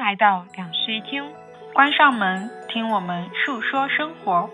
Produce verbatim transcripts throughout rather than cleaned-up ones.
来到两室一厅，关上门，听我们述说生活。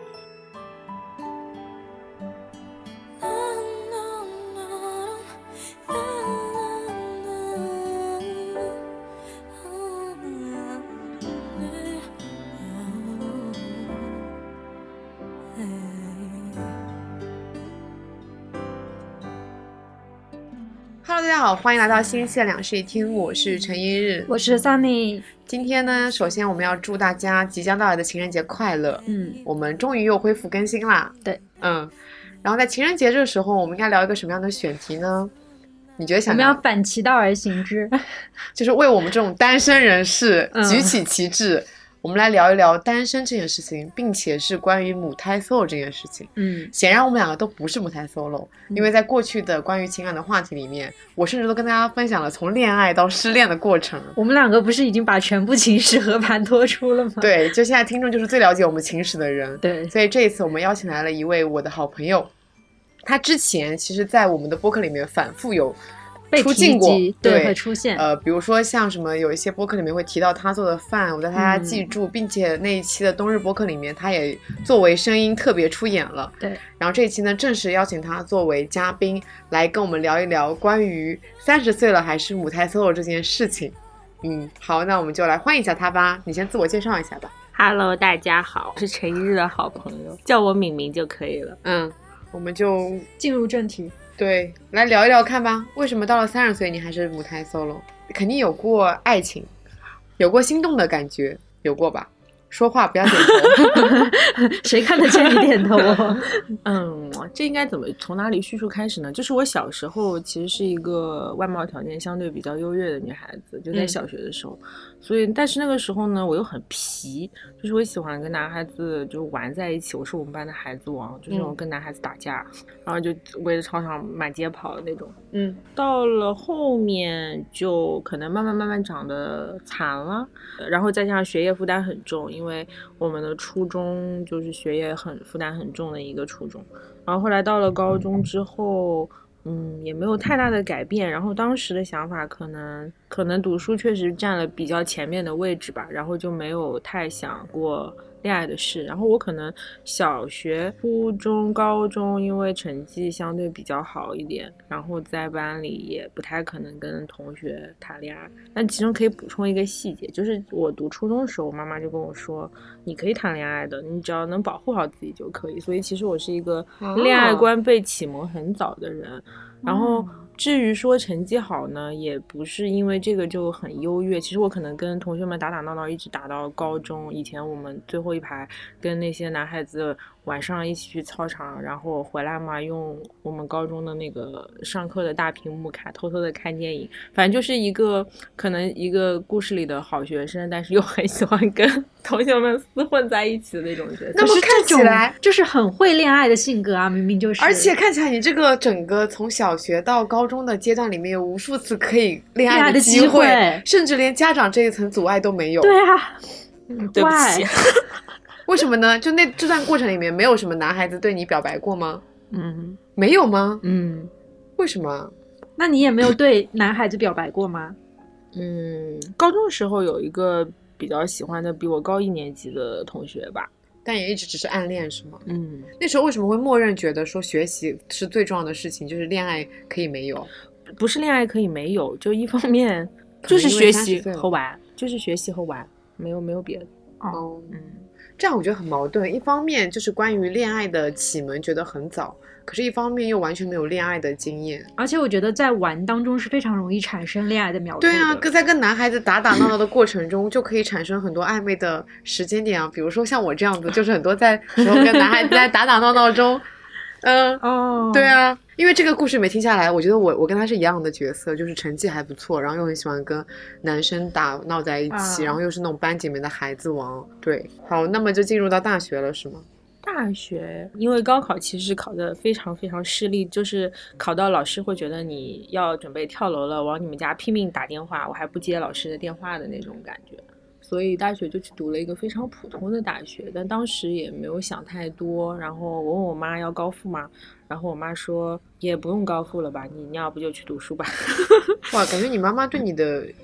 Hello， 大家好，欢迎来到新一期的两室一厅，我是陈一日， 我是 Sunny。 今天呢，首先我们要祝大家即将到来的情人节快乐。 嗯， 我们终于又恢复更新啦。 对， 嗯，然后在情人节这个时候，我们应该聊一个什么样的选题呢？你觉得想？ 我们要反其道而行之， 就是为我们这种单身人士举起旗帜。嗯，我们来聊一聊单身这件事情，并且是关于母胎 solo 这件事情。 嗯， 显然我们两个都不是母胎 solo，嗯，因为在过去的关于情感的话题里面，我甚至都跟大家分享了从恋爱到失恋的过程。 我们两个不是已经把全部情史和盘托出了吗？ 对，就现在听众就是最了解我们情史的人。 对， 所以这一次我们邀请来了一位我的好朋友，他之前其实在我们的播客里面反复有出镜过， 对，会出现。 呃，比如说像什么，有一些播客里面会提到他做的饭，我在他家记住，嗯，并且那一期的冬日播客里面，他也作为声音特别出演了。 对。 然后这一期呢，正式邀请他作为嘉宾来跟我们聊一聊关于三十岁了还是母胎 solo 这件事情。嗯，好，那我们就来欢迎一下他吧。你先自我介绍一下吧。 Hello， 大家好，我是陈一日的好朋友，叫我敏敏就可以了。 嗯，我们就进入正题。 对，来聊一聊看吧，为什么到了三十岁你还是母胎 solo？ 肯定有过爱情，有过心动的感觉，有过吧？说话不要点头。 谁看得见你点头？ 嗯，这应该怎么从哪里叙述开始呢？就是我小时候其实是一个外貌条件相对比较优越的女孩子，就在小学的时候，嗯，所以但是那个时候呢，我又很皮，就是我喜欢跟男孩子就玩在一起，我是我们班的孩子王，就是那种跟男孩子打架，嗯，然后就围着操场满街跑的那种。嗯，到了后面就可能慢慢慢慢长得惨了，然后再加上学业负担很重，因为我们的初中就是学业很负担很重的一个初中，然后后来到了高中之后，嗯，也没有太大的改变。然后当时的想法可能可能读书确实占了比较前面的位置吧，然后就没有太想过恋爱的事。然后我可能小学、初中、高中因为成绩相对比较好一点，然后在班里也不太可能跟同学谈恋爱。但其中可以补充一个细节，就是我读初中的时候，我妈妈就跟我说，你可以谈恋爱的，你只要能保护好自己就可以。所以其实我是一个恋爱观被启蒙很早的人。哦，然后至于说成绩好呢，也不是因为这个就很优越，其实我可能跟同学们打打闹闹一直打到高中。以前我们最后一排跟那些男孩子晚上一起去操场，然后回来嘛，用我们高中的那个上课的大屏幕看，偷偷的看电影，反正就是一个可能一个故事里的好学生，但是又很喜欢跟同学们厮混在一起的那种角色。 那么看起来就是很会恋爱的性格啊，明明就是。 而且看起来你这个整个从小学到高中的阶段里面有无数次可以恋爱的机会，甚至连家长这一层阻碍都没有。 对啊， 嗯，对不起。 为什么呢？就那这段过程里面没有什么男孩子对你表白过吗？ 嗯， 没有吗？ 嗯， 为什么？ 那你也没有对男孩子表白过吗？ 嗯，高中的时候有一个比较喜欢的比我高一年级的同学吧， 但也一直只是暗恋是吗？ 嗯， 那时候为什么会默认觉得说学习是最重要的事情，就是恋爱可以没有？ 不是恋爱可以没有，就一方面就是学习和玩，就是学习和玩，没有没有别的。 哦，嗯，这样我觉得很矛盾。一方面就是关于恋爱的启蒙觉得很早，可是一方面又完全没有恋爱的经验。 而且我觉得在玩当中是非常容易产生恋爱的苗头的。 对啊，在跟男孩子打打闹闹的过程中就可以产生很多暧昧的时间点啊，比如说像我这样子，就是很多在时候跟男孩子在打打闹闹中嗯， 哦， 对啊，因为这个故事没听下来，我觉得我我跟他是一样的角色，就是成绩还不错，然后又很喜欢跟男生打闹在一起，啊，然后又是那种班级里面的孩子王。对，好，那么就进入到大学了是吗？ 大学因为高考其实考得非常非常失利，就是考到老师会觉得你要准备跳楼了，往你们家拼命打电话，我还不接老师的电话的那种感觉。所以大学就去读了一个非常普通的大学，但当时也没有想太多。然后我问我妈要高复嘛，然后我妈说也不用高复了吧，你你要不就去读书吧。 哇，感觉你妈妈对你的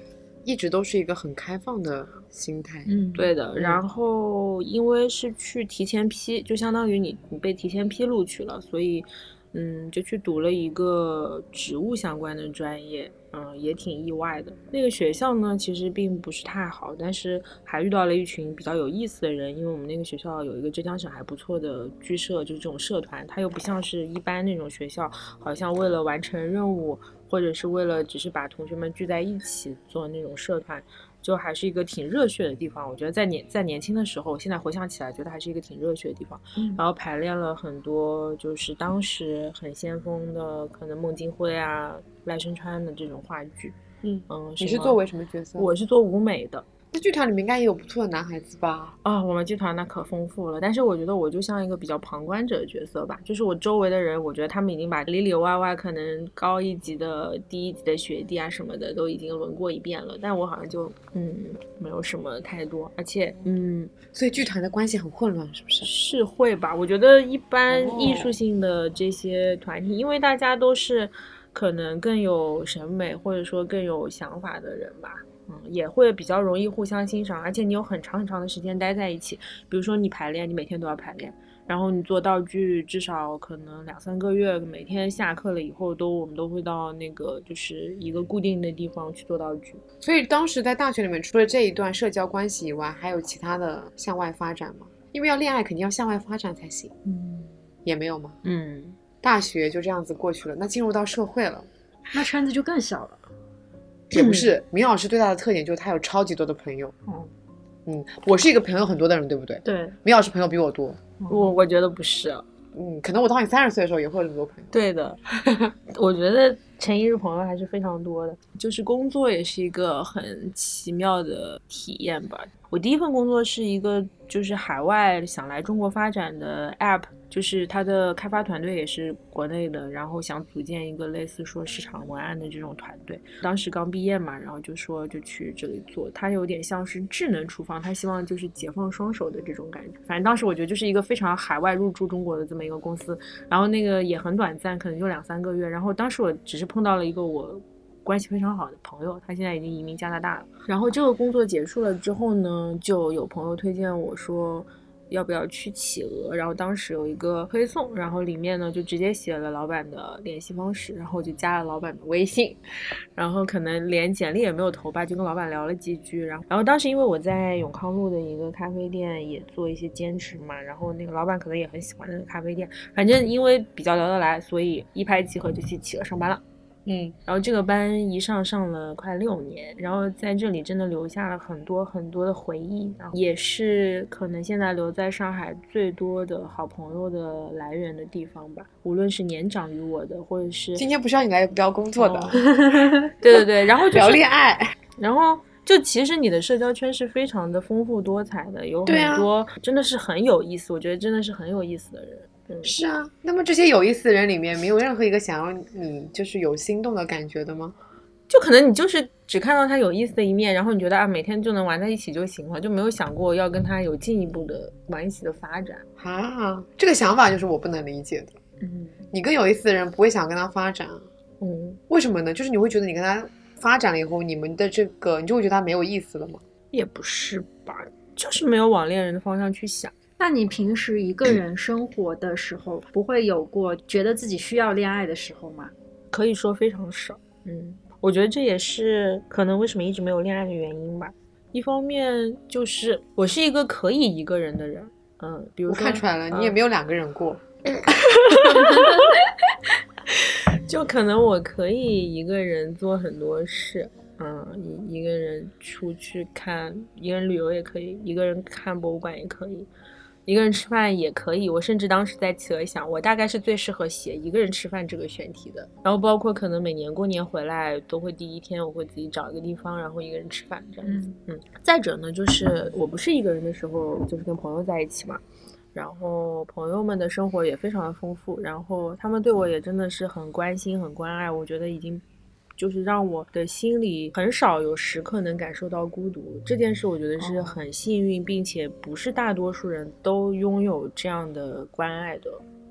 一直都是一个很开放的心态。 嗯， 对的。然后因为是去提前批，就相当于你你被提前批录取了，所以嗯，就去读了一个植物相关的专业。嗯，也挺意外的。那个学校呢，其实并不是太好，但是还遇到了一群比较有意思的人。因为我们那个学校有一个浙江省还不错的剧社，就是这种社团，它又不像是一般那种学校，好像为了完成任务，或者是为了只是把同学们聚在一起做那种社团，就还是一个挺热血的地方。我觉得在年在年轻的时候，现在回想起来，觉得还是一个挺热血的地方。 嗯、 然后排练了很多就是当时很先锋的，可能孟京辉啊、赖声川的这种话剧。 嗯嗯， 你是作为什么角色？ 我是做舞美的。 那剧团里面应该也有不错的男孩子吧？ 啊、哦，我们剧团那可丰富了，但是我觉得我就像一个比较旁观者的角色吧，就是我周围的人，我觉得他们已经把里里外外可能高一级的、低一级的学弟啊什么的都已经轮过一遍了，但我好像就嗯没有什么太多，而且嗯， 所以剧团的关系很混乱，是不是？ 是会吧？我觉得一般艺术性的这些团体，哦、因为大家都是可能更有审美或者说更有想法的人吧。嗯，也会比较容易互相欣赏，而且你有很长很长的时间待在一起。比如说你排练，你每天都要排练，然后你做道具，至少可能两三个月，每天下课了以后都我们都会到那个就是一个固定的地方去做道具。 所以当时在大学里面，除了这一段社交关系以外，还有其他的向外发展吗？因为要恋爱肯定要向外发展才行。 嗯， 也没有吗？ 嗯， 大学就这样子过去了，那进入到社会了， 那圈子就更小了。 也不是，明老师最大的特点就是他有超级多的朋友。 嗯嗯，我是一个朋友很多的人，对不对？ 对， 明老师朋友比我多。 我我觉得不是。 嗯，可能我到你三十岁的时候也会有那么多朋友。 对的，我觉得陈一日朋友还是非常多的。就是工作也是一个很奇妙的体验吧。我第一份工作是一个就是海外想来中国发展的 app， 就是它的开发团队也是国内的，然后想组建一个类似说市场文案的这种团队。当时刚毕业嘛，然后就说就去这里做，它有点像是智能厨房，它希望就是解放双手的这种感觉。反正当时我觉得就是一个非常海外入驻中国的这么一个公司，然后那个也很短暂，可能就两三个月。然后当时我只是碰到了一个我关系非常好的朋友，他现在已经移民加拿大了。然后这个工作结束了之后呢，就有朋友推荐我说要不要去企鹅，然后当时有一个推送，然后里面呢就直接写了老板的联系方式，然后我就加了老板的微信，然后可能连简历也没有投吧，就跟老板聊了几句。然后然后当时因为我在永康路的一个咖啡店也做一些兼职嘛，然后那个老板可能也很喜欢那个咖啡店，反正因为比较聊得来，所以一拍即合就去企鹅上班了。 嗯， 然后这个班一上上了快六年，然后在这里真的留下了很多很多的回忆，然后也是可能现在留在上海最多的好朋友的来源的地方吧。无论是年长于我的，或者是今天不是让你来聊工作的， 哦、对对对，然后、就是、 聊恋爱， 然后就其实你的社交圈是非常的丰富多彩的，有很多真的是很有意思，我觉得真的是很有意思的人。嗯、 是啊，那么这些有意思的人里面，没有任何一个想要你就是有心动的感觉的吗？ 就可能你就是只看到他有意思的一面，然后你觉得啊每天就能玩在一起就行了，就没有想过要跟他有进一步的关系的发展啊。这个想法就是我不能理解的。 嗯， 你跟有意思的人不会想跟他发展， 嗯， 为什么呢？就是你会觉得你跟他发展了以后，你们的这个你就会觉得他没有意思了吗？ 也不是吧，就是没有往恋人的方向去想。 那你平时一个人生活的时候，不会有过觉得自己需要恋爱的时候吗？ 可以说非常少。嗯，我觉得这也是可能为什么一直没有恋爱的原因吧。一方面就是我是一个可以一个人的人，嗯，比如说我看出来了，嗯、你也没有两个人过。 就可能我可以一个人做很多事。嗯，一一个人出去看，一个人旅游也可以，一个人看博物馆也可以，一个人吃饭也可以。我甚至当时在企鹅想，我大概是最适合写一个人吃饭这个选题的。然后包括可能每年过年回来都会第一天我会自己找一个地方，然后一个人吃饭这样子。嗯, 嗯，再者呢，就是我不是一个人的时候，就是跟朋友在一起嘛。然后朋友们的生活也非常的丰富，然后他们对我也真的是很关心很关爱，我觉得已经就是让我的心里很少有时刻能感受到孤独，这件事我觉得是很幸运，并且不是大多数人都拥有这样的关爱的。嗯，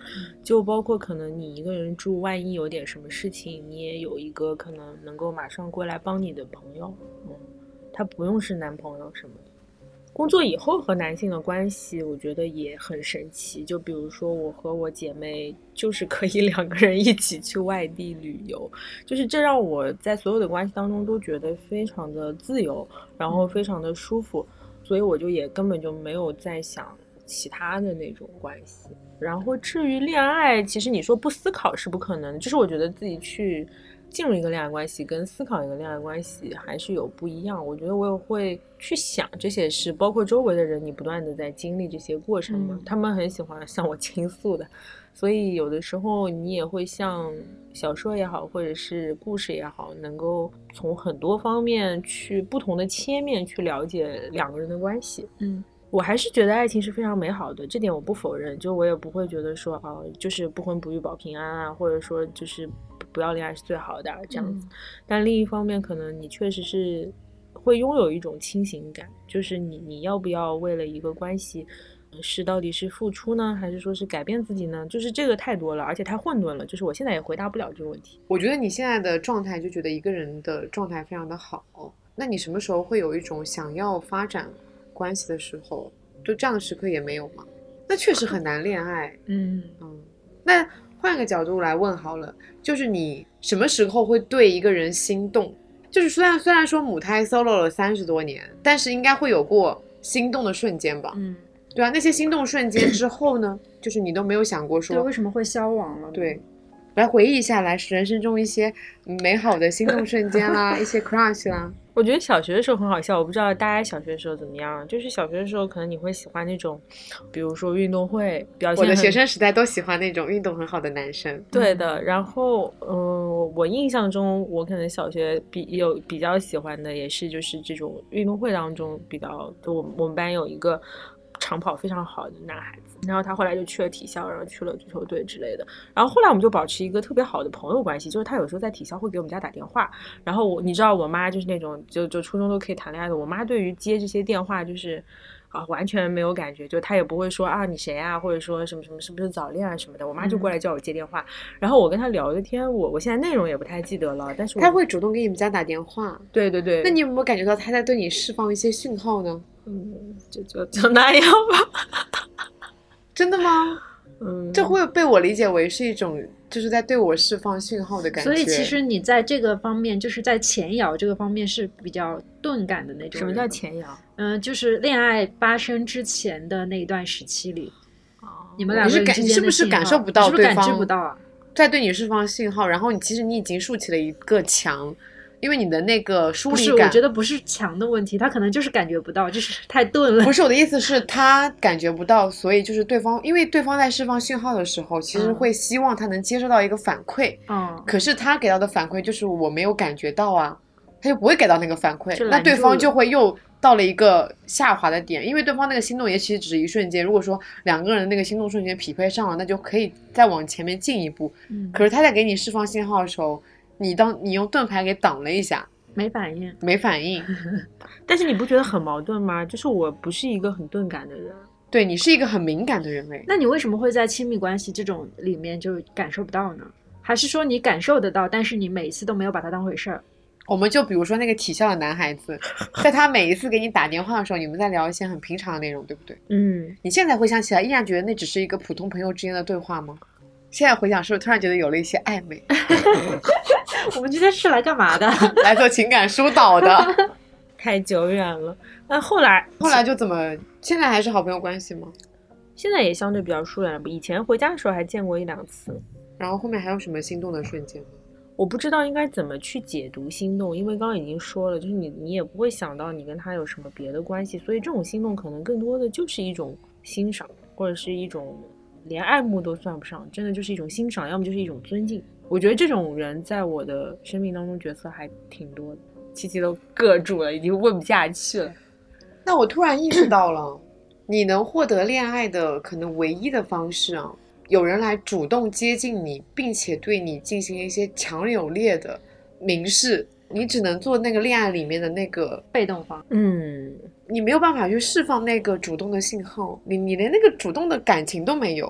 就包括可能你一个人住，万一有点什么事情，你也有一个可能能够马上过来帮你的朋友，嗯，他不用是男朋友什么的。工作以后和男性的关系，我觉得也很神奇。就比如说，我和我姐妹就是可以两个人一起去外地旅游，就是这让我在所有的关系当中都觉得非常的自由，然后非常的舒服，所以我就也根本就没有在想其他的那种关系。然后至于恋爱，其实你说不思考是不可能的，就是我觉得自己去进入一个恋爱关系跟思考一个恋爱关系还是有不一样。我觉得我也会去想这些事，包括周围的人，你不断的在经历这些过程嘛，嗯、他们很喜欢向我倾诉的，所以有的时候你也会像小说也好，或者是故事也好，能够从很多方面去不同的切面去了解两个人的关系。嗯。我还是觉得爱情是非常美好的，这点我不否认，就我也不会觉得说啊，就是不婚不育保平安啊，或者说就是不要恋爱是最好的这样子、嗯、但另一方面可能你确实是会拥有一种清醒感，就是你你要不要为了一个关系是到底是付出呢，还是说是改变自己呢，就是这个太多了，而且太混沌了，就是我现在也回答不了这个问题。 我觉得你现在的状态就觉得一个人的状态非常的好，那你什么时候会有一种想要发展关系的时候，就这样的时刻也没有吗？那确实很难恋爱。嗯嗯，那换个角度来问好了，就是你什么时候会对一个人心动？就是虽然虽然说母胎 solo 了三十多年，但是应该会有过心动的瞬间吧？嗯，对啊，那些心动瞬间之后呢，就是你都没有想过说对为什么会消亡了？ 对。来回忆一下来人生中一些美好的心动瞬间啦一些 crush 啦。 我觉得小学的时候很好笑，我不知道大家小学的时候怎么样，就是小学的时候可能你会喜欢那种比如说运动会表现， 我的学生时代都喜欢那种运动很好的男生。 对的，然后嗯，我印象中我可能小学比有比较喜欢的也是就是这种运动会当中比较，就我我们班有一个长跑非常好的男孩子，然后他后来就去了体校，然后去了足球队之类的，然后后来我们就保持一个特别好的朋友关系，就是他有时候在体校会给我们家打电话，然后我你知道我妈就是那种就就初中都可以谈恋爱的，我妈对于接这些电话就是啊完全没有感觉，就她也不会说啊你谁啊，或者说什么什么是不是早恋啊什么的，我妈就过来叫我接电话、嗯、然后我跟她聊的天，我我现在内容也不太记得了，但是她会主动给你们家打电话。 对对对， 那你有没有感觉到她在对你释放一些讯号呢？ 嗯，就就就那样吧。 真的吗？嗯，这会被我理解为是一种就是在对我释放讯号的感觉。 所以其实你在这个方面，就是在前摇这个方面是比较钝感的那种。 什么叫前摇？ 嗯、呃，就是恋爱发生之前的那一段时期里，哦、你们两个人之间的你是不是感受不到对方？ 你是不是感知不到啊？ 在对你释放信号，然后你其实你已经竖起了一个墙。因为你的那个疏离感， 不是，我觉得不是强的问题，他可能就是感觉不到，就是太钝了。 不是，我的意思是他感觉不到，所以就是对方，因为对方在释放讯号的时候，其实会希望他能接受到一个反馈，嗯，可是他给到的反馈就是我没有感觉到啊，他就不会给到那个反馈，那对方就会又到了一个下滑的点，因为对方那个心动也其实只是一瞬间，如果说两个人的那个心动瞬间匹配上了，那就可以再往前面进一步，嗯，可是他在给你释放信号的时候。你当你用盾牌给挡了一下， 没反应， 没反应。 但是你不觉得很矛盾吗？就是我不是一个很钝感的人， 对你是一个很敏感的人类。 那你为什么会在亲密关系这种里面就感受不到呢？还是说你感受得到，但是你每一次都没有把它当回事儿？ 我们就比如说那个体校的男孩子，在他每一次给你打电话的时候，你们在聊一些很平常的内容，对不对？嗯。你现在回想起来，依然觉得那只是一个普通朋友之间的对话吗？现在回想是不是突然觉得有了一些暧昧？ 我们今天是来干嘛的？ 来做情感疏导的。 太久远了。那后来后来就怎么现在还是好朋友关系吗？ 现在也相对比较疏远了，以前回家的时候还见过一两次。 然后后面还有什么心动的瞬间吗？ 我不知道应该怎么去解读心动，因为刚刚已经说了，就是你你也不会想到你跟他有什么别的关系，所以这种心动可能更多的就是一种欣赏，或者是一种连爱慕都算不上，真的就是一种欣赏，要么就是一种尊敬。我觉得这种人在我的生命当中角色还挺多的，七七都硌住了，已经问不下去了。 那我突然意识到了，你能获得恋爱的可能唯一的方式啊，有人来主动接近你，并且对你进行一些强有力的明示，你只能做那个恋爱里面的那个被动方。 嗯，你没有办法去释放那个主动的信号，你你连那个主动的感情都没有。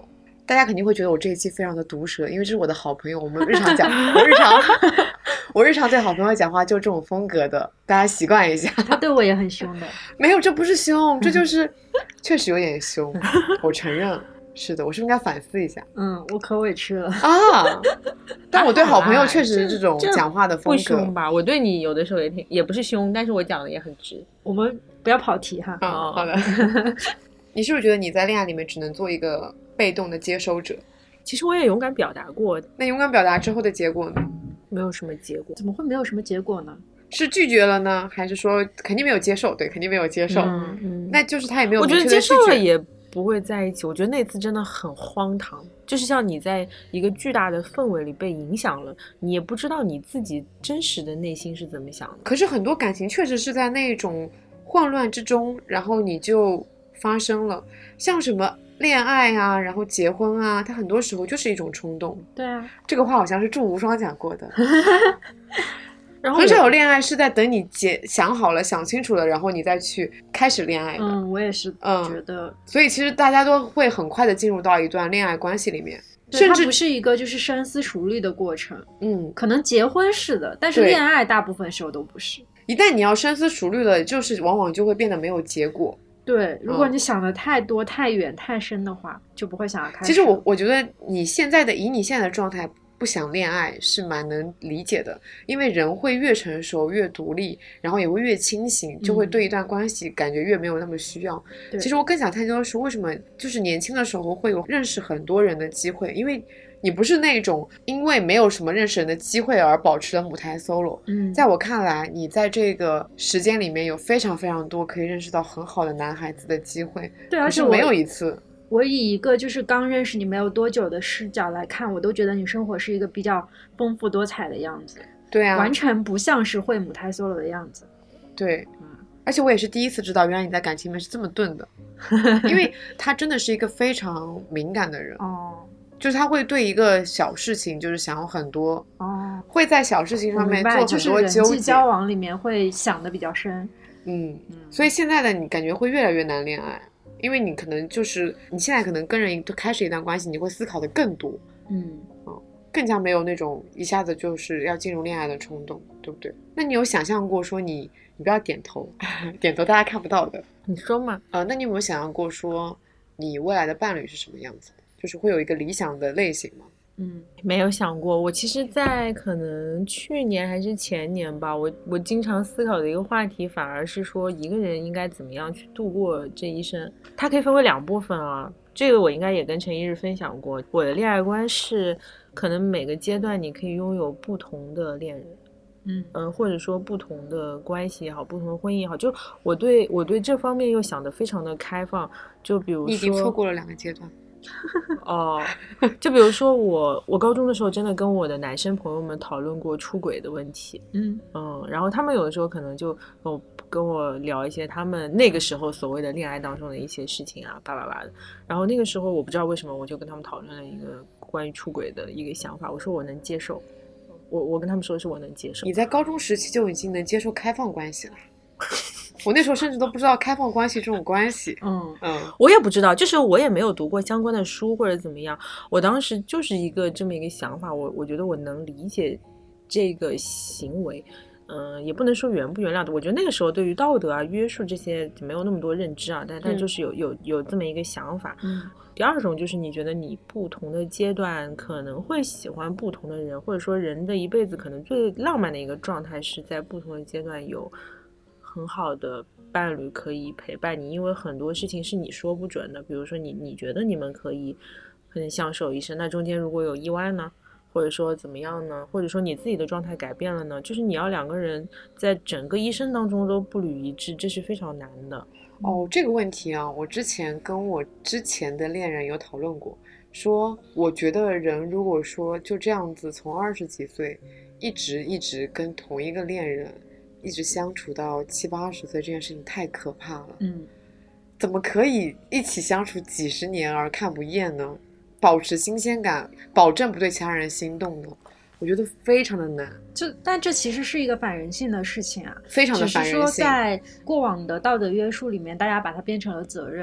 大家肯定会觉得我这一期非常的毒舌，因为这是我的好朋友，我们日常讲，我日常我日常对好朋友讲话就这种风格的，大家习惯一下。 他对我也很凶的。 没有，这不是凶，这就是确实有点凶，我承认。是的，我是不是应该反思一下？ 嗯，我可委屈了啊！但我对好朋友确实是这种讲话的风格。 不凶吧？我对你有的时候也挺，也不是凶，但是我讲的也很直。 我们不要跑题哈。 哦，好的。你是不是觉得你在恋爱里面只能做一个被动的接收者？ 其实我也勇敢表达过。 那勇敢表达之后的结果呢？ 没有什么结果。 怎么会没有什么结果呢？ 是拒绝了呢，还是说肯定没有接受？对，肯定没有接受。 嗯嗯， 那就是他也没有我觉得明确的拒绝。 接受了也不会在一起。我觉得那次真的很荒唐，就是像你在一个巨大的氛围里被影响了，你也不知道你自己真实的内心是怎么想的。 可是很多感情确实是在那种混乱之中，然后你就发生了，像什么恋爱啊，然后结婚啊，它很多时候就是一种冲动。 对啊， 这个话好像是祝无双讲过的。 然后很少有恋爱是在等你结想好了、想清楚了，然后你再去开始恋爱的。 嗯，我也是觉得、 嗯。所以其实大家都会很快的进入到一段恋爱关系里面，甚至它不是一个就是深思熟虑的过程。 嗯， 可能结婚是的，但是恋爱大部分时候都不是。 一旦你要深思熟虑了，就是往往就会变得没有结果。 对，如果你想的太多、嗯、太远、太深的话，就不会想要开始。 其实我我觉得你现在的以你现在的状态。不想恋爱是蛮能理解的，因为人会越成熟越独立，然后也会越清醒，就会对一段关系感觉越没有那么需要、嗯、其实我更想探究的是为什么就是年轻的时候会有认识很多人的机会，因为你不是那种因为没有什么认识人的机会而保持了母胎 solo。 嗯， 在我看来你在这个时间里面有非常非常多可以认识到很好的男孩子的机会。 对，而且没有一次我以一个就是刚认识你没有多久的视角来看，我都觉得你生活是一个比较丰富多彩的样子。 对啊， 完全不像是会母胎 solo 的样子。 对、嗯、而且我也是第一次知道原来你在感情里面是这么钝的因为他真的是一个非常敏感的人哦， 就是他会对一个小事情就是想有很多哦， 会在小事情上面做很多纠结， 就是人际交往里面会想的比较深。 嗯, 嗯所以现在的你感觉会越来越难恋爱，因为你可能就是你现在可能跟人开始一段关系，你会思考的更多， 嗯嗯，更加没有那种一下子就是要进入恋爱的冲动，对不对？那你有想象过说你你不要点头点头大家看不到的， 你说嘛？ 呃，那你有没有想象过说你未来的伴侣是什么样子的？就是会有一个理想的类型吗？ 嗯，没有想过。我其实在可能去年还是前年吧，我我经常思考的一个话题反而是说一个人应该怎么样去度过这一生。它可以分为两部分啊，这个我应该也跟陈一日分享过。我的恋爱观是可能每个阶段你可以拥有不同的恋人， 嗯呃，或者说不同的关系也好，不同的婚姻也好，就我对我对这方面又想得非常的开放。就比如说你已经错过了两个阶段哦，就比如说我我高中的时候真的跟我的男生朋友们讨论过出轨的问题， 嗯嗯，然后他们有的时候可能就跟我跟我聊一些他们那个时候所谓的恋爱当中的一些事情啊，叭叭叭的。然后那个时候我不知道为什么我就跟他们讨论了一个关于出轨的一个想法，我说我能接受，我我跟他们说的是我能接受。 你在高中时期就已经能接受开放关系了我那时候甚至都不知道开放关系这种关系。 嗯嗯， 我也不知道，就是我也没有读过相关的书或者怎么样，我当时就是一个这么一个想法，我我觉得我能理解这个行为，嗯、呃，也不能说原不原谅的，我觉得那个时候对于道德啊、约束这些没有那么多认知啊，但但就是有有有这么一个想法。 嗯， 第二种就是你觉得你不同的阶段可能会喜欢不同的人，或者说人的一辈子可能最浪漫的一个状态是在不同的阶段有很好的伴侣可以陪伴你，因为很多事情是你说不准的，比如说你你觉得你们可以可能相守一生，那中间如果有意外呢，或者说怎么样呢，或者说你自己的状态改变了呢，就是你要两个人在整个一生当中都步履一致，这是非常难的。 哦，这个问题啊，我之前跟我之前的恋人有讨论过，说我觉得人如果说就这样子从二十几岁一直一直跟同一个恋人一直相处到七八十岁，这件事情太可怕了。 嗯， 怎么可以一起相处几十年而看不厌呢？保持新鲜感，保证不对其他人心动呢？我觉得非常的难。 就但这其实是一个反人性的事情啊， 非常的反人性。 只是说在过往的道德约束里面，大家把它变成了责任。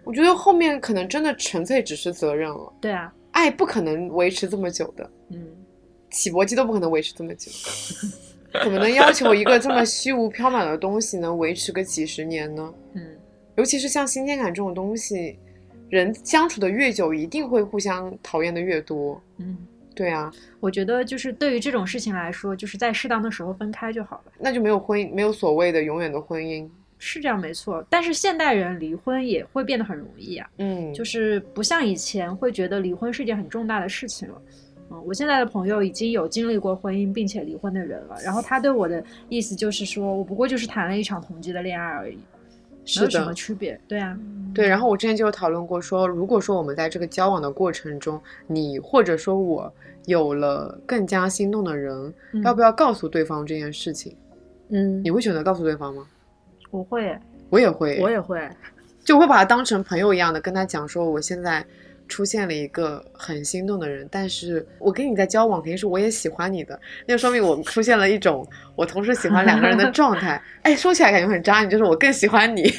我觉得后面可能真的纯粹只是责任了。 对啊， 爱不可能维持这么久的， 嗯， 起搏击都不可能维持这么久，怎么能要求一个这么虚无缥缈的东西能维持个几十年呢？ 嗯， 尤其是像新鲜感这种东西，人相处的越久，一定会互相讨厌的越多。 嗯， 对啊， 我觉得就是对于这种事情来说，就是在适当的时候分开就好了。 那就没有婚姻，没有所谓的永远的婚姻。 是这样没错，但是现代人离婚也会变得很容易啊， 嗯， 就是不像以前会觉得离婚是一件很重大的事情了。嗯，我现在的朋友已经有经历过婚姻并且离婚的人了，然后他对我的意思就是说，我不过就是谈了一场同居的恋爱而已，没有什么区别。对啊， 对。然后我之前就有讨论过说，如果说我们在这个交往的过程中，你或者说我有了更加心动的人， 嗯、 要不要告诉对方这件事情？ 嗯， 你会选择告诉对方吗？ 我会， 我也会， 我也会， 就会把他当成朋友一样的跟他讲说，我现在出现了一个很心动的人，但是我跟你在交往肯定是我也喜欢你的，那就说明我们出现了一种我同时喜欢两个人的状态。哎，说起来感觉很渣女，就是我更喜欢你。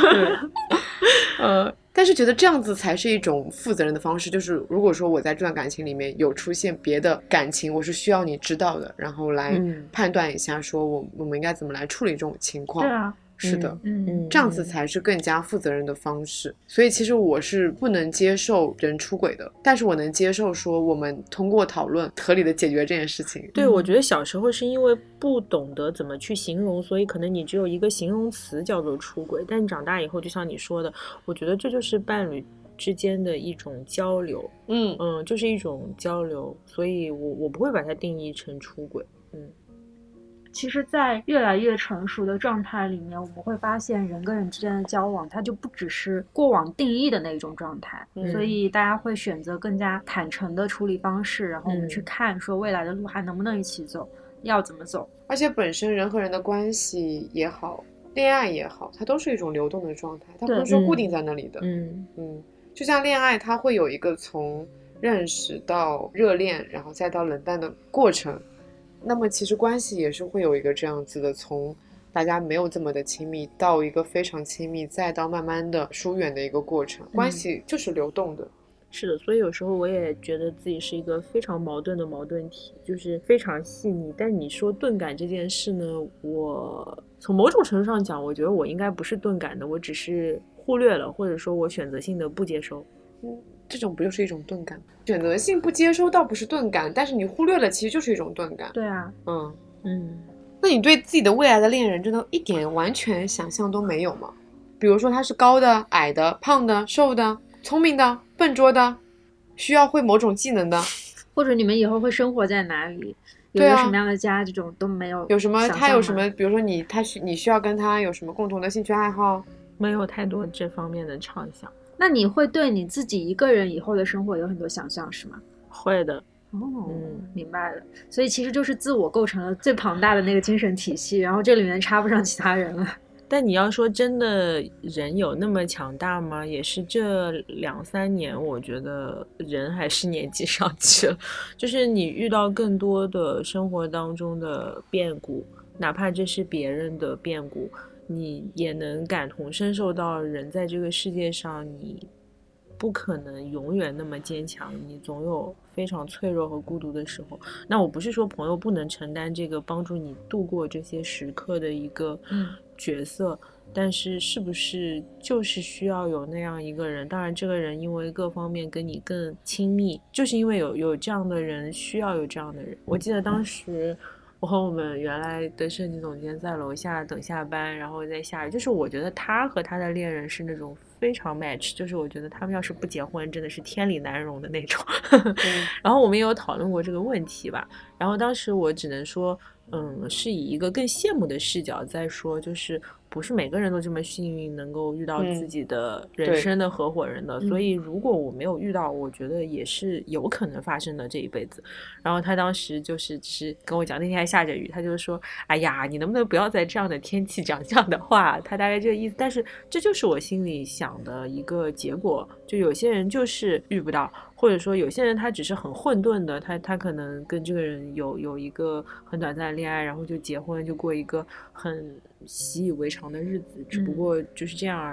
呃，但是觉得这样子才是一种负责任的方式，就是如果说我在这段感情里面有出现别的感情，我是需要你知道的，然后来判断一下说我我们应该怎么来处理这种情况。 对啊， 是的， 嗯， 这样子才是更加负责任的方式。所以其实我是不能接受人出轨的，但是我能接受说我们通过讨论合理的解决这件事情。 对，我觉得小时候是因为不懂得怎么去形容，所以可能你只有一个形容词叫做出轨，但长大以后就像你说的，我觉得这就是伴侣之间的一种交流。 嗯嗯，就是一种交流，所以我我不会把它定义成出轨。嗯， 其实在越来越成熟的状态里面，我们会发现人跟人之间的交往它就不只是过往定义的那种状态、嗯、所以大家会选择更加坦诚的处理方式，然后我们去看说未来的路还能不能一起走、嗯、要怎么走。 而且本身人和人的关系也好，恋爱也好，它都是一种流动的状态，它不是说固定在那里的。嗯嗯，就像恋爱它会有一个从认识到热恋然后再到冷淡的过程，那么其实关系也是会有一个这样子的，从大家没有这么的亲密到一个非常亲密，再到慢慢的疏远的一个过程，关系就是流动的、嗯、 是的。所以有时候我也觉得自己是一个非常矛盾的矛盾体，就是非常细腻。但你说钝感这件事呢，我从某种程度上讲，我觉得我应该不是钝感的，我只是忽略了，或者说我选择性的不接收。 嗯，这种不就是一种钝感？选择性不接收倒不是钝感，但是你忽略了其实就是一种钝感。 对啊， 嗯嗯， 那你对自己的未来的恋人真的一点完全想象都没有吗？比如说他是高的、矮的、胖的、瘦的、聪明的、笨拙的，需要会某种技能的， 或者你们以后会生活在哪里，有一个什么样的家、啊、这种都没有。 有什么他有什么，比如说你他需你需要跟他有什么共同的兴趣爱好？ 没有太多这方面的畅想。 那你会对你自己一个人以后的生活有很多想象是吗？ 会的。 哦，嗯，明白了。所以其实就是自我构成了最庞大的那个精神体系，然后这里面插不上其他人了。 但你要说真的人有那么强大吗？也是这两三年我觉得人还是年纪上去了，就是你遇到更多的生活当中的变故，哪怕这是别人的变故，你也能感同身受到人在这个世界上你不可能永远那么坚强，你总有非常脆弱和孤独的时候。那我不是说朋友不能承担这个帮助你度过这些时刻的一个角色、嗯、但是是不是就是需要有那样一个人，当然这个人因为各方面跟你更亲密，就是因为有有这样的人需要有这样的人。我记得当时我和我们原来的设计总监在楼下等下班，然后在下雨，就是我觉得他和他的恋人是那种非常 match， 就是我觉得他们要是不结婚真的是天理难容的那种、嗯、然后我们也有讨论过这个问题吧，然后当时我只能说嗯，是以一个更羡慕的视角在说，就是不是每个人都这么幸运能够遇到自己的人生的合伙人的、嗯、所以如果我没有遇到，我觉得也是有可能发生的这一辈子。然后他当时就是只是跟我讲，那天还下着雨，他就说哎呀你能不能不要在这样的天气讲这样的话，他大概这个意思。但是这就是我心里想的一个结果，就有些人就是遇不到，或者说有些人他只是很混沌的，他他可能跟这个人有有一个很短暂的恋爱，然后就结婚，就过一个很习以为常的日子，只不过就是这样而已。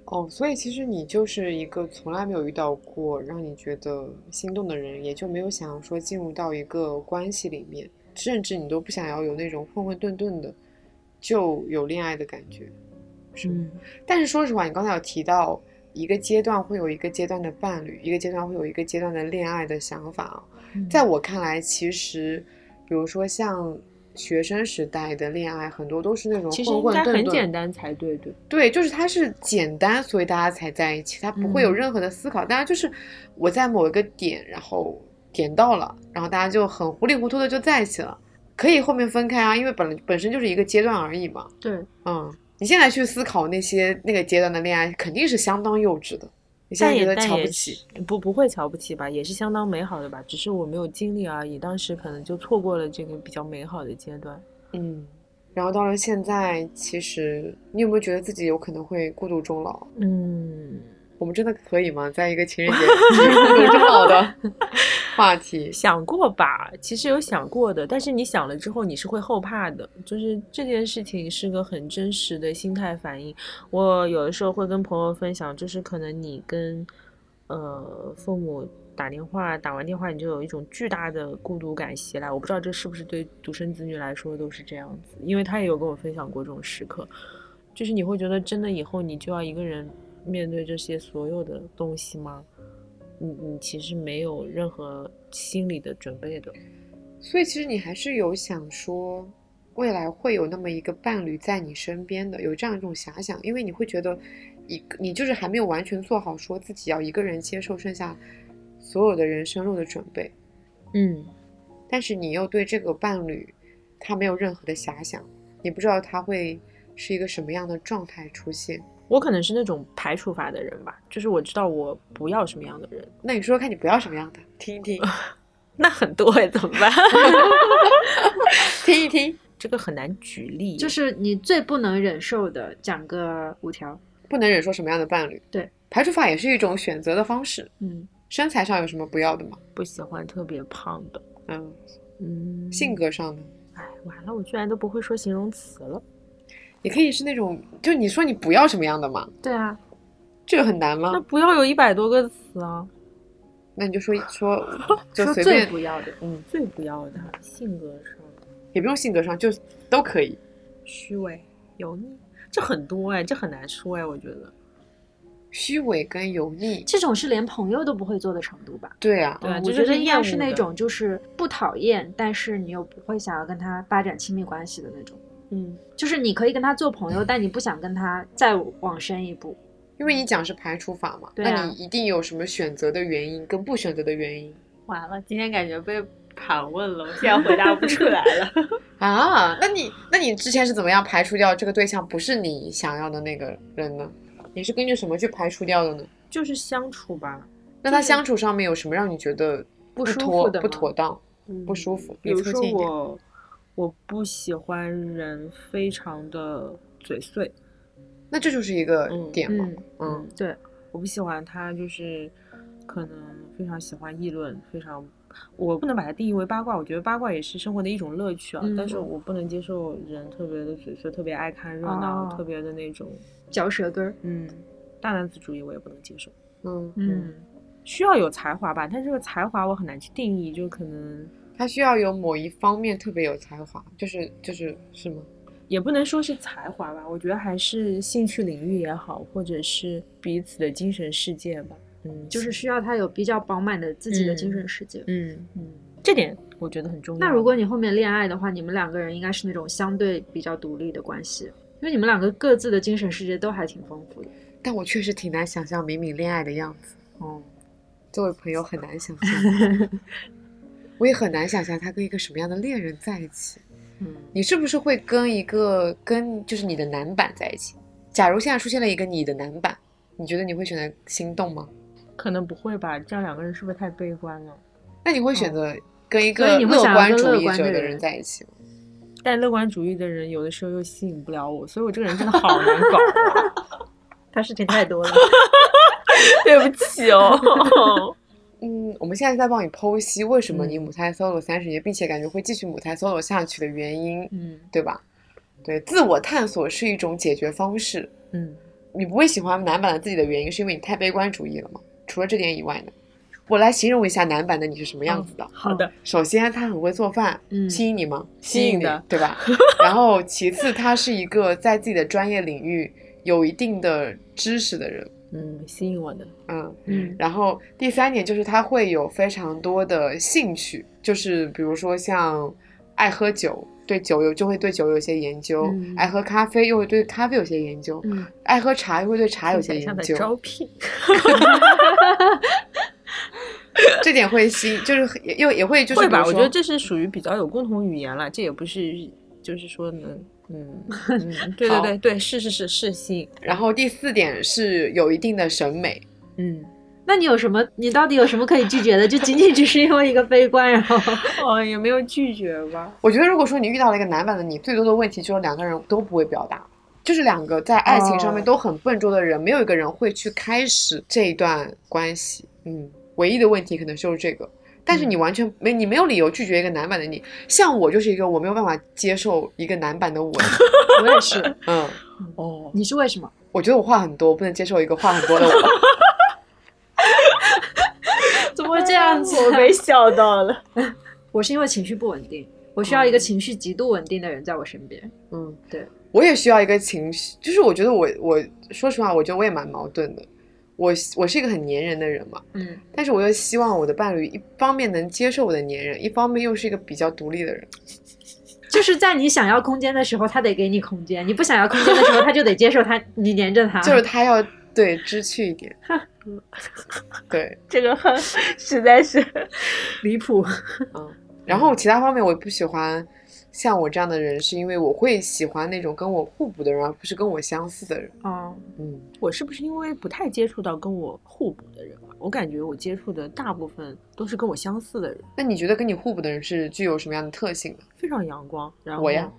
哦，所以其实你就是一个从来没有遇到过让你觉得心动的人，也就没有想要说进入到一个关系里面，甚至你都不想要有那种混混沌沌的就有恋爱的感觉，是吗？嗯，但是说实话，你刚才有提到一个阶段会有一个阶段的伴侣，一个阶段会有一个阶段的恋爱的想法，嗯，在我看来，其实比如说像学生时代的恋爱很多都是那种混混沌沌， 其实应该很简单才对，对对，就是它是简单，所以大家才在一起，它不会有任何的思考，大家、嗯、就是我在某一个点，然后点到了，然后大家就很糊里糊涂的就在一起了，可以后面分开啊，因为本本身就是一个阶段而已嘛。 对， 嗯，你现在去思考那些那个阶段的恋爱，肯定是相当幼稚的。你现在觉得瞧不起？ 不不会瞧不起吧，也是相当美好的吧，只是我没有经历而已，当时可能就错过了这个比较美好的阶段。 嗯，然后到了现在，其实你有没有觉得自己有可能会孤独终老？ 嗯， 我们真的可以吗？在一个情人节孤独终老的话题， 想过吧？其实有想过的，但是你想了之后，你是会后怕的。就是这件事情是个很真实的心态反应。我有的时候会跟朋友分享，就是可能你跟呃父母打电话，打完电话你就有一种巨大的孤独感袭来。我不知道这是不是对独生子女来说都是这样子，因为他也有跟我分享过这种时刻，就是你会觉得真的以后你就要一个人面对这些所有的东西吗？你你其实没有任何心理的准备的。 所以其实你还是有想说未来会有那么一个伴侣在你身边的，有这样一种遐想，因为你会觉得一你就是还没有完全做好说自己要一个人接受剩下所有的人生路的准备。 嗯， 但是你又对这个伴侣他没有任何的遐想，你不知道他会是一个什么样的状态出现。 我可能是那种排除法的人吧，就是我知道我不要什么样的人。 那你说说看你不要什么样的，听一听。 那很多哎，怎么办？ 听一听， 这个很难举例。 就是你最不能忍受的，讲个五条。 不能忍受什么样的伴侣？ 对， 排除法也是一种选择的方式。 嗯， 身材上有什么不要的吗？ 不喜欢特别胖的。 嗯嗯， 性格上呢？ 哎，完了，我居然都不会说形容词了。 也可以是那种，就你说你不要什么样的嘛？ 对啊， 这个很难吗？ 那不要有一百多个词啊。 那你就说说，就随便说最不要的， 嗯，最不要的，性格上也不用性格上，就都可以。 虚伪、油腻，这很多哎，这很难说哎，我觉得。 虚伪跟油腻， 这种是连朋友都不会做的程度吧？ 对啊， 对啊，我觉得应该是那种就是不讨厌，但是你又不会想要跟他发展亲密关系的那种。 嗯， 就是你可以跟他做朋友，但你不想跟他再往深一步， 因为你讲是排除法嘛。 对啊， 那你一定有什么选择的原因跟不选择的原因。 完了，今天感觉被盘问了，我现在回答不出来了。 啊，那你那你之前是怎么样排除掉这个对象不是你想要的那个人呢？你是根据什么去排除掉的呢？ 就是相处吧。 那他相处上面有什么让你觉得不舒服的不妥当、 嗯、 不舒服？ 比如说我我不喜欢人非常的嘴碎， 那这就是一个点嘛。 嗯, 嗯, 嗯对， 我不喜欢他就是可能非常喜欢议论，非常我不能把它定义为八卦，我觉得八卦也是生活的一种乐趣啊、嗯、但是我不能接受人特别的嘴碎，特别爱看热闹、哦、特别的那种嚼舌根。 嗯，大男子主义我也不能接受。 嗯嗯， 需要有才华吧，但这个才华我很难去定义，就可能他需要有某一方面特别有才华，就是就是是吗？ 也不能说是才华吧，我觉得还是兴趣领域也好，或者是彼此的精神世界吧。嗯， 就是需要他有比较饱满的自己的精神世界。 嗯 嗯, 嗯，这点我觉得很重要。 那如果你后面恋爱的话，你们两个人应该是那种相对比较独立的关系，因为你们两个各自的精神世界都还挺丰富的。 但我确实挺难想象敏敏恋爱的样子。哦，作为朋友很难想象。我也很难想象他跟一个什么样的恋人在一起。 嗯， 你是不是会跟一个跟就是你的男版在一起？假如现在出现了一个你的男版，你觉得你会选择心动吗？ 可能不会吧，这样两个人是不是太悲观了？ 那你会选择跟一个乐观主义者的人在一起吗？ 但乐观主义的人有的时候又吸引不了我，所以我这个人真的好难搞啊。 他事情太多了。 对不起哦。 嗯，我们现在在帮你剖析为什么你母胎 solo 三十年、嗯、并且感觉会继续母胎 solo 下去的原因， 嗯， 对吧？对，自我探索是一种解决方式。 嗯， 你不会喜欢男版的自己的原因是因为你太悲观主义了吗？除了这点以外呢？我来形容一下男版的你是什么样子的。 哦、好的， 首先他很会做饭，嗯，吸引你吗？ 吸引的， 对吧？然后其次他是一个在自己的专业领域有一定的知识的人， 嗯，吸引我的， 嗯嗯。然后第三点就是他会有非常多的兴趣，就是比如说像爱喝酒，对酒有就会对酒有些研究，嗯、爱喝咖啡又会对咖啡有些研究，嗯、爱喝茶又会对茶有些研究。 招聘。 这点会吸，就是也也会就是会吧？我觉得这是属于比较有共同语言了，这也不是就是说呢，嗯嗯，对对对对，是是是是吸引。 然后第四点是有一定的审美， 嗯，那你有什么？你到底有什么可以拒绝的？就仅仅只是因为一个悲观，然后哦，也没有拒绝吧？ 我觉得如果说你遇到了一个男版的你，最多的问题就是两个人都不会表达，就是两个在爱情上面都很笨拙的人，哦、没有一个人会去开始这一段关系，嗯。唯一的问题可能就是这个，但是你完全没，你没有理由拒绝一个男版的你。像我就是一个我没有办法接受一个男版的我， 我也是， 嗯， 哦，你是为什么？ 我觉得我话很多，不能接受一个话很多的我。 怎么会这样子？ 我被笑到了。 我是因为情绪不稳定，我需要一个情绪极度稳定的人在我身边。 嗯， 对， 我也需要一个情绪，就是我觉得我我说实话，我觉得我也蛮矛盾的。我我是一个很黏人的人嘛，嗯，但是我又希望我的伴侣一方面能接受我的黏人，一方面又是一个比较独立的人。 就是在你想要空间的时候，他得给你空间；你不想要空间的时候，他就得接受他，你黏着他。 就是他要对知趣一点。对， 这个很实在是离谱。 嗯，然后其他方面我不喜欢像我这样的人，是因为我会喜欢那种跟我互补的人，而不是跟我相似的人。 哦， 嗯， 我是不是因为不太接触到跟我互补的人啊？我感觉我接触的大部分都是跟我相似的人。 那你觉得跟你互补的人是具有什么样的特性呢？ 非常阳光，然后我呀，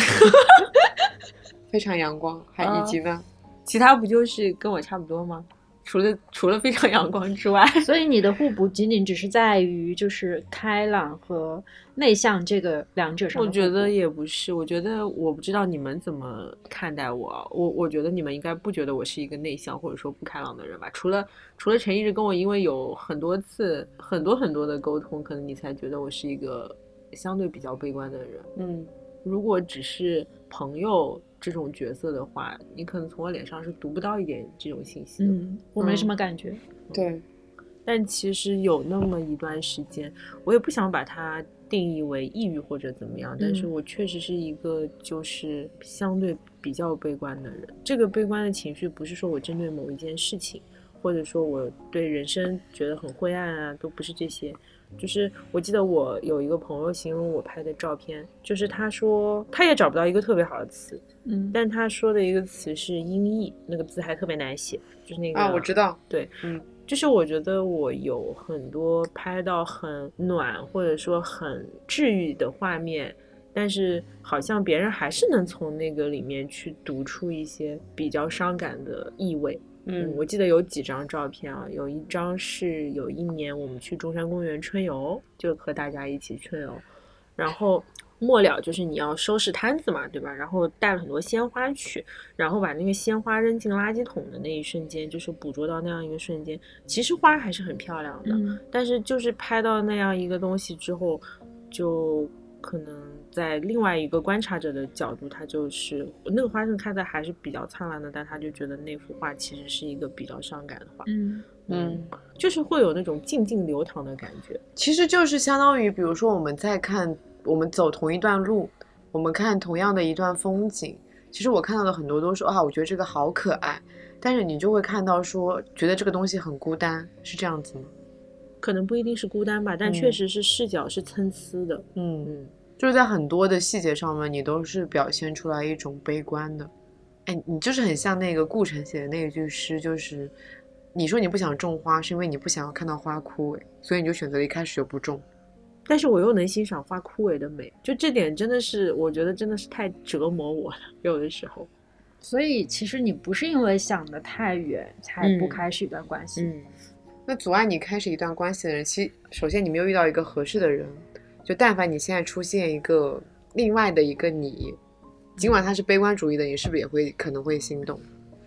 非常阳光，还以及呢、 呃，其他不就是跟我差不多吗？除了除了非常阳光之外， 所以你的互补仅仅只是在于就是开朗和内向这个两者上。 我觉得也不是，我觉得我不知道你们怎么看待我，我我觉得你们应该不觉得我是一个内向或者说不开朗的人吧？除了除了陈一直跟我因为有很多次很多很多的沟通，可能你才觉得我是一个相对比较悲观的人。 嗯， 如果只是朋友这种角色的话，你可能从我脸上是读不到一点这种信息的。 嗯，我没什么感觉。 嗯、对， 但其实有那么一段时间，我也不想把它定义为抑郁或者怎么样，嗯、但是我确实是一个就是相对比较悲观的人。这个悲观的情绪不是说我针对某一件事情，或者说我对人生觉得很灰暗啊，都不是这些。就是我记得我有一个朋友形容我拍的照片，就是他说他也找不到一个特别好的词，嗯，但他说的一个词是音译，那个字还特别难写，就是那个啊，我知道， 对，嗯，就是我觉得我有很多拍到很暖或者说很治愈的画面，但是好像别人还是能从那个里面去读出一些比较伤感的意味。嗯，我记得有几张照片啊，有一张是有一年我们去中山公园春游，就和大家一起春游，然后末了就是你要收拾摊子嘛，对吧？然后带了很多鲜花去，然后把那个鲜花扔进垃圾桶的那一瞬间，就是捕捉到那样一个瞬间，其实花还是很漂亮的，嗯、但是就是拍到那样一个东西之后，就可能在另外一个观察者的角度，他就是那个花正开的还是比较灿烂的，但他就觉得那幅画其实是一个比较伤感的画。 嗯嗯，就是会有那种静静流淌的感觉。 其实就是相当于，比如说我们在看，我们走同一段路，我们看同样的一段风景，其实我看到的很多都是啊，我觉得这个好可爱，但是你就会看到说，觉得这个东西很孤单，是这样子吗？ 可能不一定是孤单吧，但确实是视角是参差的。 嗯嗯，就是在很多的细节上面，你都是表现出来一种悲观的。哎，你就是很像那个顾城写的那一句诗，就是你说你不想种花，是因为你不想要看到花枯萎，所以你就选择一开始就不种。 但是我又能欣赏花枯萎的美，就这点真的是，我觉得真的是太折磨我了，有的时候。 所以其实你不是因为想得太远才不开始一段关系。 嗯。嗯， 那阻碍你开始一段关系的人，其实首先你没有遇到一个合适的人，就但凡你现在出现一个另外的一个你，尽管他是悲观主义的，你是不是也会可能会心动？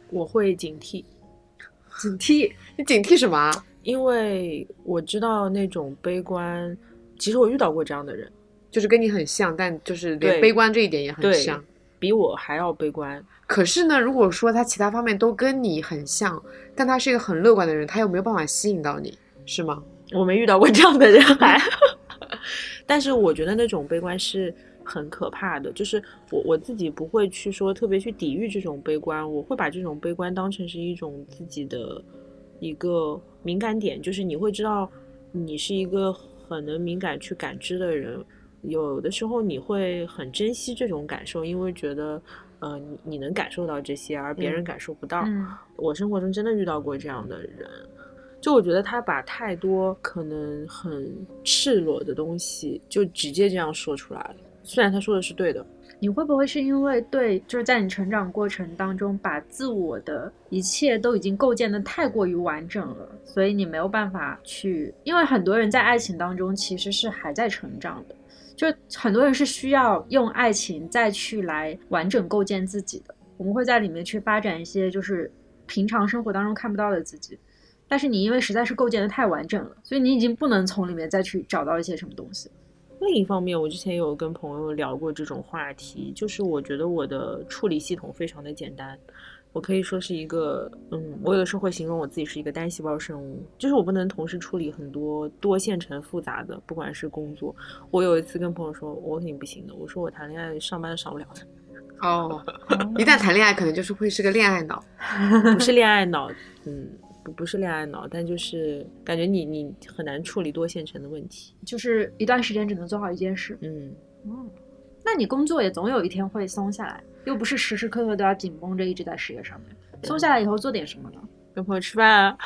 我会警惕。 警惕？你警惕什么？ 因为我知道那种悲观，其实我遇到过这样的人， 就是跟你很像，但就是连悲观这一点也很像， 比我还要悲观。 可是呢，如果说他其他方面都跟你很像，但他是一个很乐观的人，他又没有办法吸引到你，是吗？ 我没遇到过这样的人还但是我觉得那种悲观是很可怕的，就是我我自己不会去说特别去抵御这种悲观，我会把这种悲观当成是一种自己的一个敏感点，就是你会知道你是一个很能敏感去感知的人，有的时候你会很珍惜这种感受，因为觉得呃你你能感受到这些而别人感受不到、 嗯、 我生活中真的遇到过这样的人，就我觉得他把太多可能很赤裸的东西就直接这样说出来了，虽然他说的是对的。 你会不会是因为对就是在你成长过程当中把自我的一切都已经构建的太过于完整了，所以你没有办法去，因为很多人在爱情当中其实是还在成长的，就很多人是需要用爱情再去来完整构建自己的，我们会在里面去发展一些就是平常生活当中看不到的自己，但是你因为实在是构建的太完整了，所以你已经不能从里面再去找到一些什么东西。 另一方面，我之前有跟朋友聊过这种话题，就是我觉得我的处理系统非常的简单，我可以说是一个嗯，我有的时候会形容我自己是一个单细胞生物，就是我不能同时处理很多多线程复杂的，不管是工作。我有一次跟朋友说我肯定不行的，我说我谈恋爱上班都上不了的。 哦，一旦谈恋爱可能就是会是个恋爱脑。 不是恋爱脑，嗯不不是恋爱脑，但就是感觉你你很难处理多线程的问题， 就是一段时间只能做好一件事。 嗯嗯，那你工作也总有一天会松下来，又不是时时刻刻都要紧绷着一直在事业上面。松下来以后做点什么呢？ 跟朋友吃饭啊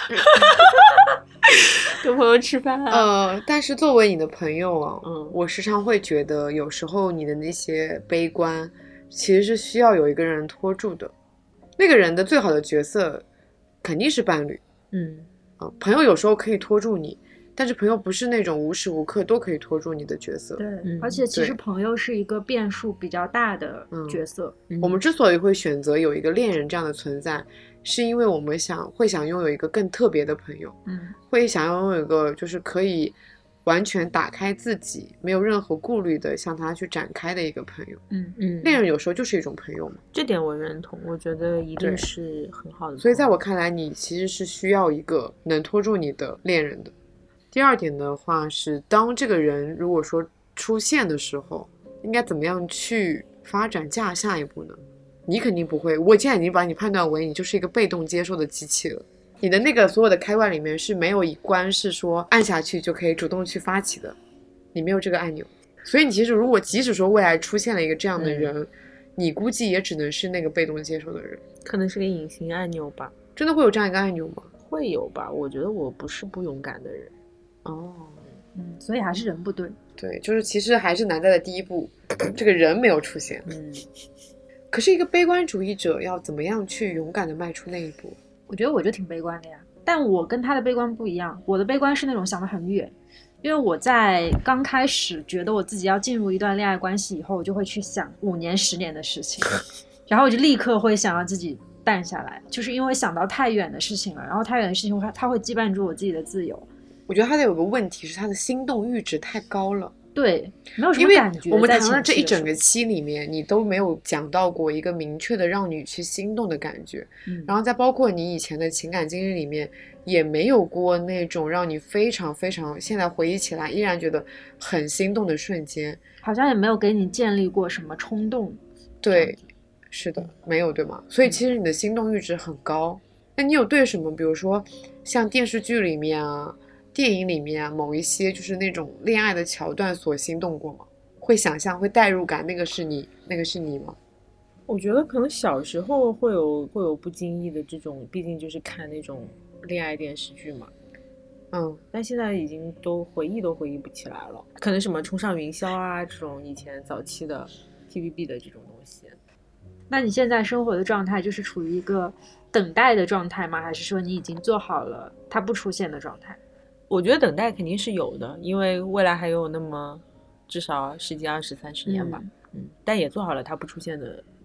跟朋友吃饭啊。 呃，但是作为你的朋友啊， 嗯， 我时常会觉得有时候你的那些悲观其实是需要有一个人拖住的，那个人的最好的角色肯定是伴侣。 嗯、 呃，朋友有时候可以拖住你，但是朋友不是那种无时无刻都可以拖住你的角色。 对、 嗯、 而且其实朋友是一个变数比较大的角色、 嗯、我们之所以会选择有一个恋人这样的存在，是因为我们想会想拥有一个更特别的朋友， 嗯， 会想要拥有一个就是可以完全打开自己没有任何顾虑的向他去展开的一个朋友。 嗯嗯， 恋人有时候就是一种朋友嘛， 这点我认同，我觉得一定是很好的。 所以在我看来你其实是需要一个能拖住你的恋人的。第二点的话是，当这个人如果说出现的时候，应该怎么样去发展下下一步呢？你肯定不会，我现在已经把你判断为你就是一个被动接受的机器了，你的那个所有的开关里面是没有一关是说按下去就可以主动去发起的，你没有这个按钮。所以你其实如果即使说未来出现了一个这样的人、嗯、你估计也只能是那个被动接受的人， 可能是个隐形按钮吧。 真的会有这样一个按钮吗？ 会有吧，我觉得我不是不勇敢的人。 哦， 嗯，所以还是人不对。 对，就是其实还是难在的第一步这个人没有出现。 嗯， 可是一个悲观主义者要怎么样去勇敢的迈出那一步？ 我觉得我就挺悲观的呀，但我跟他的悲观不一样，我的悲观是那种想得很远，因为我在刚开始觉得我自己要进入一段恋爱关系以后，我就会去想五年十年的事情，然后我就立刻会想要自己淡下来，就是因为想到太远的事情了，然后太远的事情它会羁绊住我自己的自由。 我觉得他的有个问题是他的心动阈值太高了， 对，没有什么感觉。 因为我们谈了这一整个期里面，你都没有讲到过一个明确的让你去心动的感觉、嗯、然后再包括你以前的情感经历里面也没有过那种让你非常非常现在回忆起来依然觉得很心动的瞬间， 好像也没有给你建立过什么冲动。 对，是的，没有，对吗？所以其实你的心动阈值很高、嗯、那你有对什么比如说像电视剧里面啊电影里面啊某一些就是那种恋爱的桥段所心动过吗？会想象会代入感，那个是你那个是你吗？ 我觉得可能小时候会有会有不经意的这种，毕竟就是看那种恋爱电视剧嘛， 嗯， 但现在已经都回忆都回忆不起来了，可能什么冲上云霄啊这种以前早期的 T V B 的这种东西。 那你现在生活的状态就是处于一个等待的状态吗？还是说你已经做好了它不出现的状态？ 我觉得等待肯定是有的，因为未来还有那么至少十几二十三十年吧， 嗯, 嗯，但也做好了它不出现的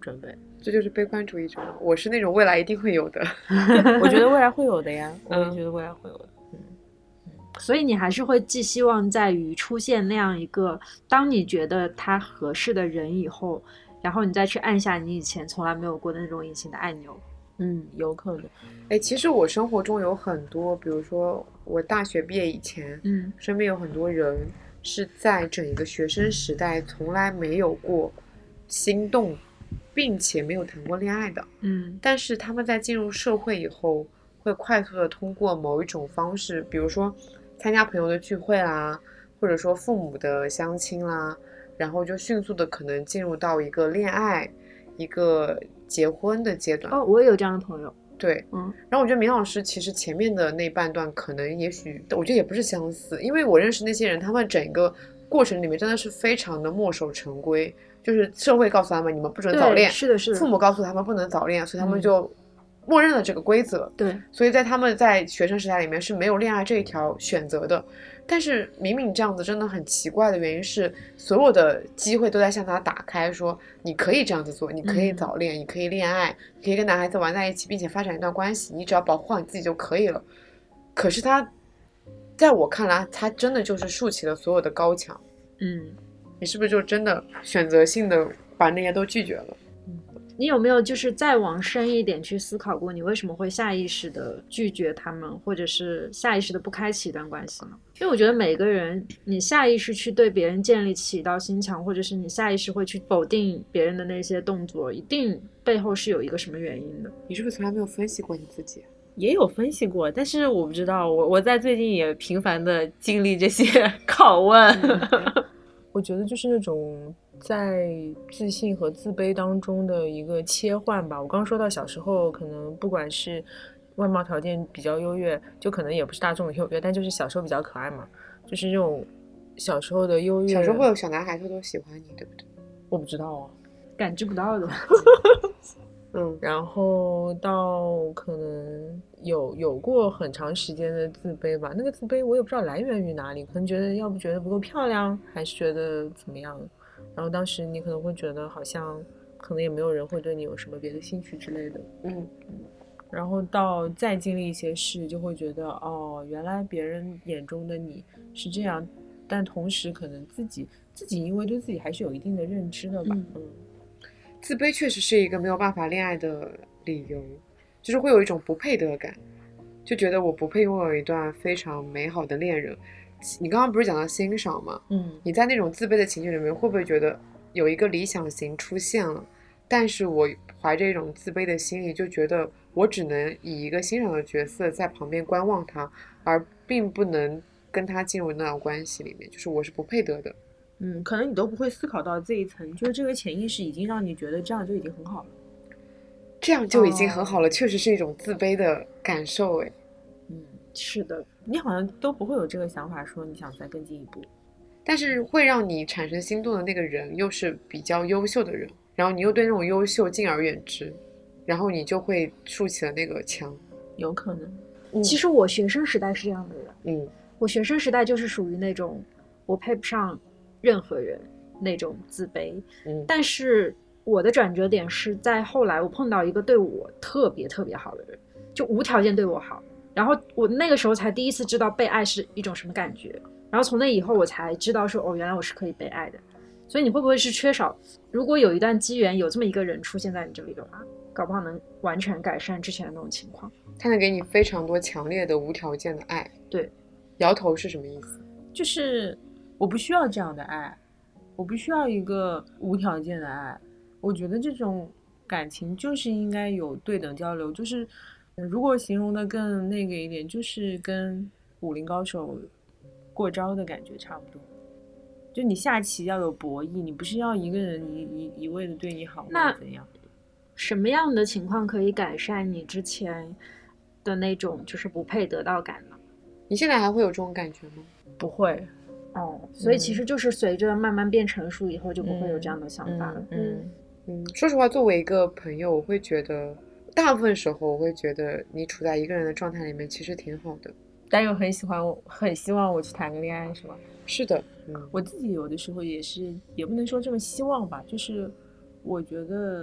准备。 这就是悲观主义者，我是那种未来一定会有的。 我觉得未来会有的呀，我也觉得未来会有的。嗯， 所以你还是会寄希望在于出现那样一个，当你觉得他合适的人以后，然后你再去按下你以前从来没有过的那种隐形的按钮。 嗯，有可能。 哎，其实我生活中有很多，比如说我大学毕业以前， 嗯， 身边有很多人是在整一个学生时代从来没有过心动，并且没有谈过恋爱的。 嗯， 但是他们在进入社会以后，会快速的通过某一种方式，比如说参加朋友的聚会啦，或者说父母的相亲啦，然后就迅速的可能进入到一个恋爱、一个结婚的阶段。 哦，我也有这样的朋友。 对， 嗯， 然后我觉得明老师其实前面的那半段可能也许我觉得也不是相似，因为我认识那些人，他们整个过程里面真的是非常的墨守成规，就是社会告诉他们你们不准早恋， 是的是的， 父母告诉他们不能早恋，所以他们就默认了这个规则。 对， 所以在他们在学生时代里面是没有恋爱这一条选择的。但是明明这样子真的很奇怪的原因是，所有的机会都在向他打开，说你可以这样子做，你可以早恋，嗯、你可以恋爱，你可以跟男孩子玩在一起，并且发展一段关系，你只要保护好你自己就可以了。可是他在我看来，他真的就是竖起了所有的高墙。 嗯， 你是不是就真的选择性的把那些都拒绝了？ 你有没有就是再往深一点去思考过，你为什么会下意识的拒绝他们，或者是下意识的不开启一段关系呢？因为我觉得每个人，你下意识去对别人建立起一道心墙，或者是你下意识会去否定别人的那些动作，一定背后是有一个什么原因的。 你是不是从来没有分析过你自己？ 也有分析过，但是我不知道，我我在最近也频繁的经历这些拷问。嗯、我觉得就是那种在自信和自卑当中的一个切换吧。我刚刚说到小时候可能不管是外貌条件比较优越，就可能也不是大众的优越，但就是小时候比较可爱嘛，就是这种小时候的优越。 小时候会有小男孩偷偷喜欢你，对不对？ 我不知道啊， 感知不到的。 嗯， 然后到可能有有过很长时间的自卑吧，那个自卑我也不知道来源于哪里，可能觉得要不觉得不够漂亮，还是觉得怎么样。然后当时你可能会觉得好像可能也没有人会对你有什么别的兴趣之类的。 嗯， 然后到再经历一些事，就会觉得哦，原来别人眼中的你是这样，但同时可能自己自己因为对自己还是有一定的认知的吧。嗯。嗯， 自卑确实是一个没有办法恋爱的理由，就是会有一种不配得感，就觉得我不配拥有一段非常美好的恋人。你刚刚不是讲到欣赏吗？ 嗯， 你在那种自卑的情绪里面，会不会觉得有一个理想型出现了，但是我怀着一种自卑的心理，就觉得我只能以一个欣赏的角色在旁边观望他，而并不能跟他进入那段关系里面，就是我是不配得的。 嗯，可能你都不会思考到这一层，就是这个潜意识已经让你觉得这样就已经很好了， 这样就已经很好了，哦、确实是一种自卑的感受。哎， 嗯，是的， 你好像都不会有这个想法，说你想再更进一步。 但是会让你产生心动的那个人又是比较优秀的人，然后你又对那种优秀敬而远之，然后你就会竖起了那个墙。 有可能。 嗯、其实我学生时代是这样的人， 嗯， 我学生时代就是属于那种我配不上任何人那种自卑。 嗯， 但是我的转折点是在后来我碰到一个对我特别特别好的人，就无条件对我好，然后我那个时候才第一次知道被爱是一种什么感觉，然后从那以后我才知道说哦，原来我是可以被爱的。所以你会不会是缺少，如果有一段机缘有这么一个人出现在你这里的话，搞不好能完全改善之前的那种情况。 他能给你非常多强烈的无条件的爱。 对， 摇头是什么意思？ 就是我不需要这样的爱，我不需要一个无条件的爱。我觉得这种感情就是应该有对等交流，就是如果形容的更那个一点，就是跟武林高手过招的感觉差不多。就你下棋要有博弈，你不是要一个人一一一味的对你好或者怎样。 什么样的情况可以改善你之前的那种就是不配得到感呢？ 你现在还会有这种感觉吗？ 不会。 哦，所以其实就是随着慢慢变成熟以后就不会有这样的想法了。 嗯 嗯, 嗯, 嗯，说实话，作为一个朋友，我会觉得大部分时候我会觉得你处在一个人的状态里面其实挺好的， 但又很喜欢我，很希望我去谈个恋爱，是吧？ 是的。嗯， 我自己有的时候也是，也不能说这么希望吧，就是我觉得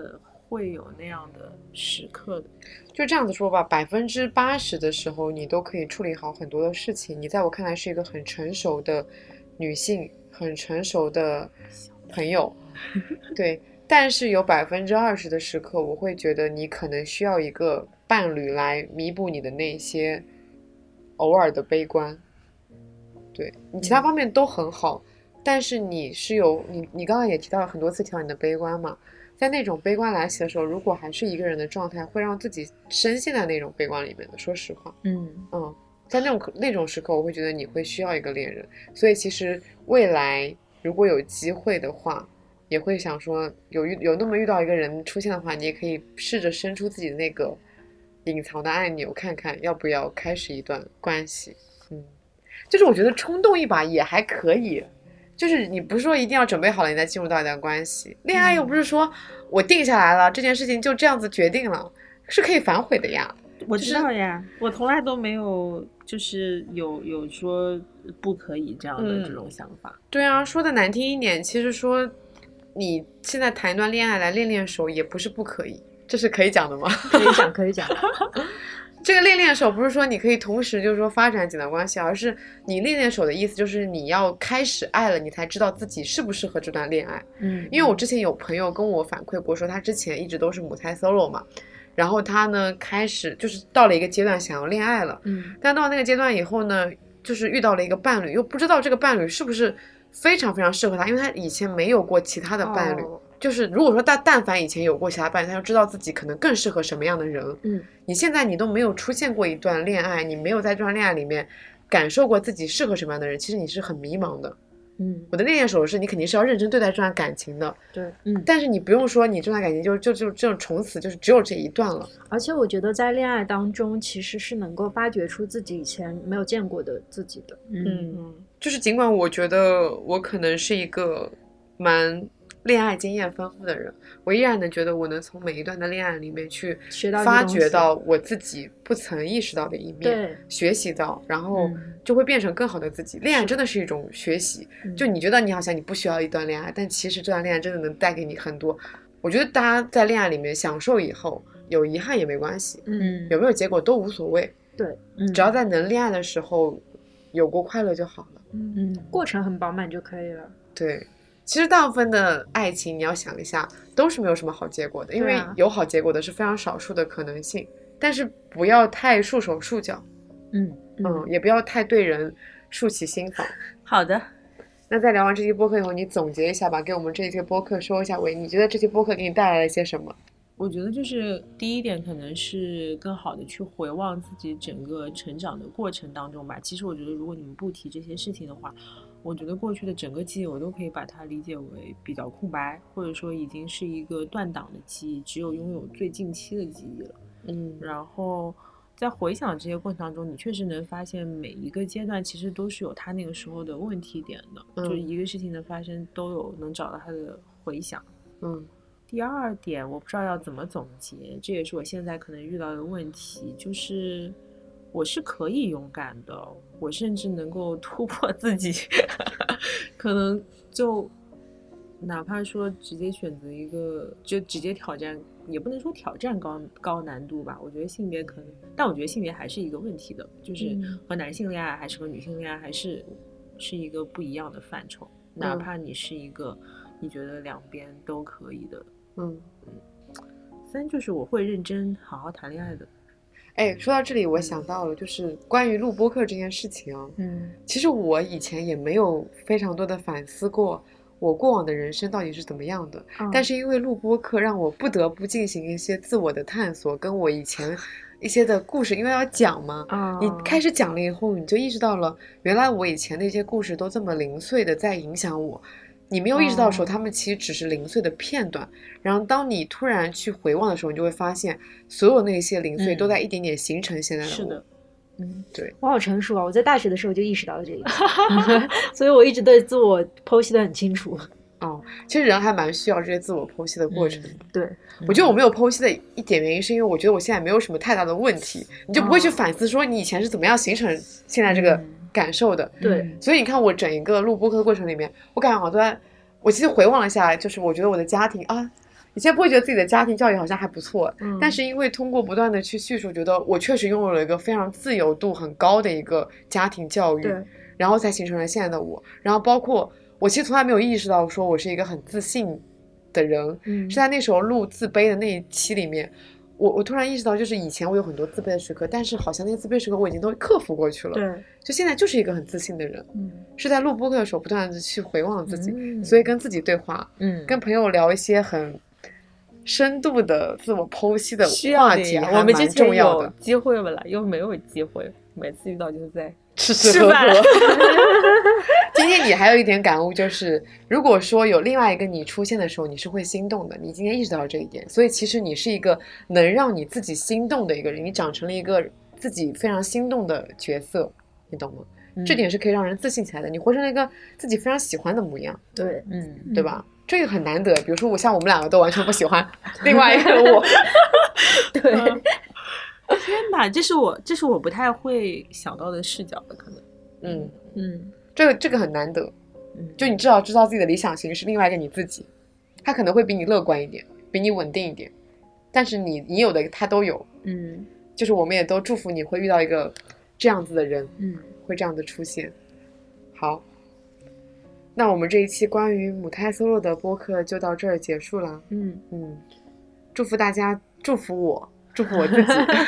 会有那样的时刻的。 就这样子说吧，百分之八十的时候你都可以处理好很多的事情，你在我看来是一个很成熟的女性，很成熟的朋友对，但是有百分之二十的时刻我会觉得你可能需要一个伴侣来弥补你的那些偶尔的悲观。对，你其他方面都很好、嗯、但是你是有你你刚刚也提到很多次提到你的悲观嘛，在那种悲观来袭的时候，如果还是一个人的状态，会让自己深陷在那种悲观里面的，说实话。 嗯嗯，在那种那种时刻我会觉得你会需要一个恋人，所以其实未来如果有机会的话，也会想说有有那么遇到一个人出现的话，你也可以试着伸出自己的那个隐藏的按钮，看看要不要开始一段关系。嗯，就是我觉得冲动一把也还可以，就是你不是说一定要准备好了你再进入到一段关系，恋爱又不是说我定下来了、嗯、这件事情就这样子决定了，是可以反悔的呀。 我知道呀、就是、我从来都没有就是有有说不可以这样的这种想法、嗯、 对啊，说的难听一点，其实说你现在谈一段恋爱来练练手也不是不可以，这是可以讲的吗？ 可以讲可以讲这个练练手不是说你可以同时就是说发展几段关系，而是你练练手的意思就是你要开始爱了，你才知道自己适不适合这段恋爱。 嗯， 因为我之前有朋友跟我反馈过说他之前一直都是母胎 solo 嘛，然后他呢开始就是到了一个阶段想要恋爱了， 嗯， 但到那个阶段以后呢，就是遇到了一个伴侣，又不知道这个伴侣是不是非常非常适合他，因为他以前没有过其他的伴侣、哦、就是如果说他但凡以前有过其他伴侣，他就知道自己可能更适合什么样的人。 嗯， 你现在你都没有出现过一段恋爱，你没有在这段恋爱里面感受过自己适合什么样的人，其实你是很迷茫的。 嗯， 我的练练手是你肯定是要认真对待这段感情的。 对，嗯， 但是你不用说你这段感情就就就这种从此就是只有这一段了。 而且我觉得在恋爱当中其实是能够发掘出自己以前没有见过的自己的。 嗯嗯，就是尽管我觉得我可能是一个蛮恋爱经验丰富的人，我依然能觉得我能从每一段的恋爱里面去发掘到我自己不曾意识到的一面，学习到，然后就会变成更好的自己、嗯、恋爱真的是一种学习、嗯、就你觉得你好像你不需要一段恋爱，但其实这段恋爱真的能带给你很多。我觉得大家在恋爱里面享受以后有遗憾也没关系， 嗯， 有没有结果都无所谓， 对、 嗯、只要在能恋爱的时候有过快乐就好了。 嗯，过程很饱满就可以了。 对，其实大部分的爱情你要想一下都是没有什么好结果的，因为有好结果的是非常少数的可能性，但是不要太束手束脚。 嗯嗯, 嗯也不要太对人竖起心防。 好的， 那在聊完这期播客以后你总结一下吧，给我们这一期播客收一下尾，你觉得这期播客给你带来了些什么？ 我觉得就是第一点可能是更好的去回望自己整个成长的过程当中吧。其实我觉得如果你们不提这些事情的话，我觉得过去的整个记忆我都可以把它理解为比较空白，或者说已经是一个断档的记忆，只有拥有最近期的记忆了。 嗯， 然后在回想这些过程当中，你确实能发现每一个阶段其实都是有它那个时候的问题点的、嗯、就是一个事情的发生都有能找到它的回响。 嗯， 第二点我不知道要怎么总结，这也是我现在可能遇到的问题，就是我是可以勇敢的，我甚至能够突破自己可能就哪怕说直接选择一个就直接挑战，也不能说挑战高高难度吧，我觉得性别可能，但我觉得性别还是一个问题的，就是和男性恋爱还是和女性恋爱还是是一个不一样的范畴、嗯、哪怕你是一个你觉得两边都可以的。 嗯嗯，三就是我会认真好好谈恋爱的。 哎，说到这里我想到了就是关于录播客这件事情， 嗯， 其实我以前也没有非常多的反思过我过往的人生到底是怎么样的、嗯、但是因为录播客让我不得不进行一些自我的探索，跟我以前一些的故事，因为要讲嘛、嗯、你开始讲了以后你就意识到了原来我以前的一些故事都这么零碎的在影响我，你没有意识到的时候、哦、他们其实只是零碎的片段，然后当你突然去回望的时候，你就会发现所有那些零碎都在一点点形成现在的我、嗯、 是的。 嗯， 对， 我好成熟啊！我在大学的时候就意识到了这一点所以我一直对自我剖析的很清楚。 哦，其实人还蛮需要这些自我剖析的过程、嗯、 对， 我觉得我没有剖析的一点原因是因为我觉得我现在没有什么太大的问题，你就不会去反思说你以前是怎么样形成现在这个感受的、 嗯、对， 所以你看我整一个录播课的过程里面，我感觉好多，我其实回望了一下，就是我觉得我的家庭啊， 以前不会觉得自己的家庭教育好像还不错， 嗯、 但是因为通过不断的去叙述，觉得我确实拥有了一个非常自由度很高的一个家庭教育，然后才形成了现在的我。然后包括我其实从来没有意识到说我是一个很自信的人， 嗯、 是在那时候录自卑的那一期里面，我我突然意识到，就是以前我有很多自卑的时刻，但是好像那些自卑时刻我已经都克服过去了， 对， 就现在就是一个很自信的人， 嗯， 是在录播客的时候不断的去回望自己， 嗯、 所以跟自己对话， 嗯， 跟朋友聊一些很深度的自我剖析的需要话题还我们之蛮重前有要的。 机会不了，又没有机会，每次遇到就是在吃吃喝喝。今天你还有一点感悟，就是如果说有另外一个你出现的时候，你是会心动的。你今天意识到这一点，所以其实你是一个能让你自己心动的一个人，你长成了一个自己非常心动的角色，你懂吗？嗯、这点是可以让人自信起来的。你活成了一个自己非常喜欢的模样， 对， 嗯， 对吧？这个很难得。比如说我像我们两个都完全不喜欢另外一个我， 对。 嗯天哪，这是我这是我不太会想到的视角的，可能， 嗯嗯， 这个这个很难得， 嗯， 就你至少知道自己的理想型是另外一个你自己，他可能会比你乐观一点，比你稳定一点，但是你你有的他都有， 嗯， 就是我们也都祝福你会遇到一个这样子的人， 嗯， 会这样的出现。好，那我们这一期关于母胎 solo 的播客就到这儿结束了， 嗯嗯，祝福大家，祝福我。祝福我自己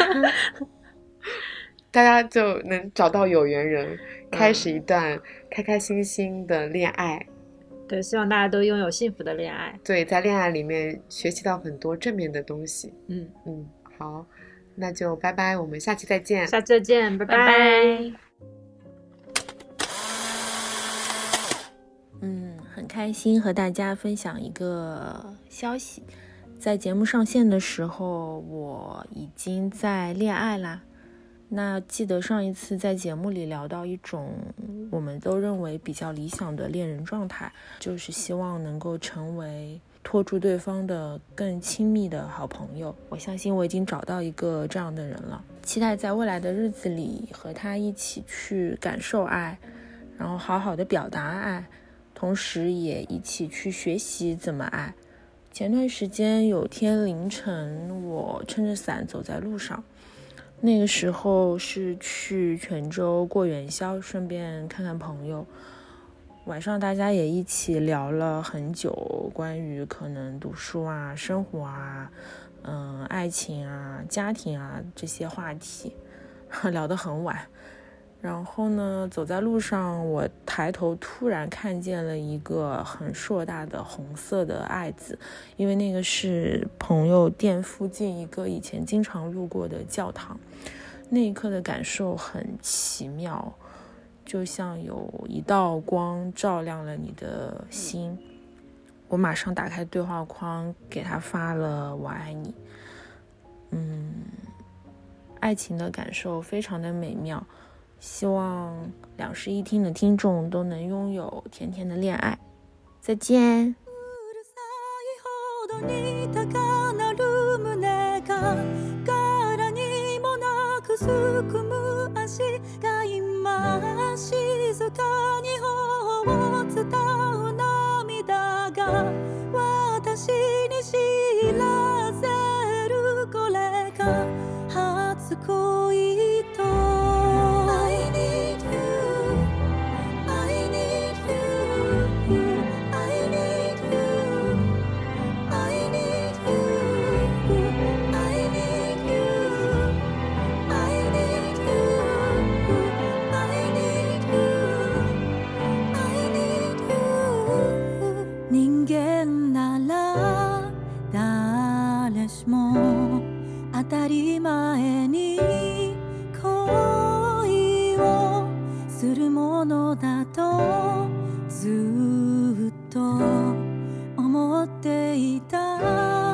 大家就能找到有缘人，开始一段开开心心的恋爱。 对，希望大家都拥有幸福的恋爱。 对，在恋爱里面学习到很多正面的东西。 嗯嗯，好，那就拜拜，我们下期再见。 下期再见，拜拜。 拜拜。嗯，很开心和大家分享一个消息。在节目上线的时候，我已经在恋爱啦。那记得上一次在节目里聊到一种我们都认为比较理想的恋人状态，就是希望能够成为拖住对方的更亲密的好朋友。我相信我已经找到一个这样的人了，期待在未来的日子里和他一起去感受爱，然后好好的表达爱，同时也一起去学习怎么爱。前段时间有天凌晨，我撑着伞走在路上，那个时候是去泉州过元宵，顺便看看朋友。晚上大家也一起聊了很久，关于可能读书啊、生活啊、嗯、爱情啊、家庭啊这些话题，聊得很晚。然后呢，走在路上，我抬头突然看见了一个很硕大的红色的爱字，因为那个是朋友店附近一个以前经常路过的教堂。那一刻的感受很奇妙，就像有一道光照亮了你的心。我马上打开对话框，给他发了我爱你。嗯，爱情的感受非常的美妙，希望两室一厅的听众都能拥有甜甜的恋愛。再見。すくむ足が今静かに頬を伝う涙が私に知らせる、これが初恋と I need you I need you I need you I need you I need you I need you I need you I need you 人間なら誰しも当たり前に恋をするものだとずっと思っていた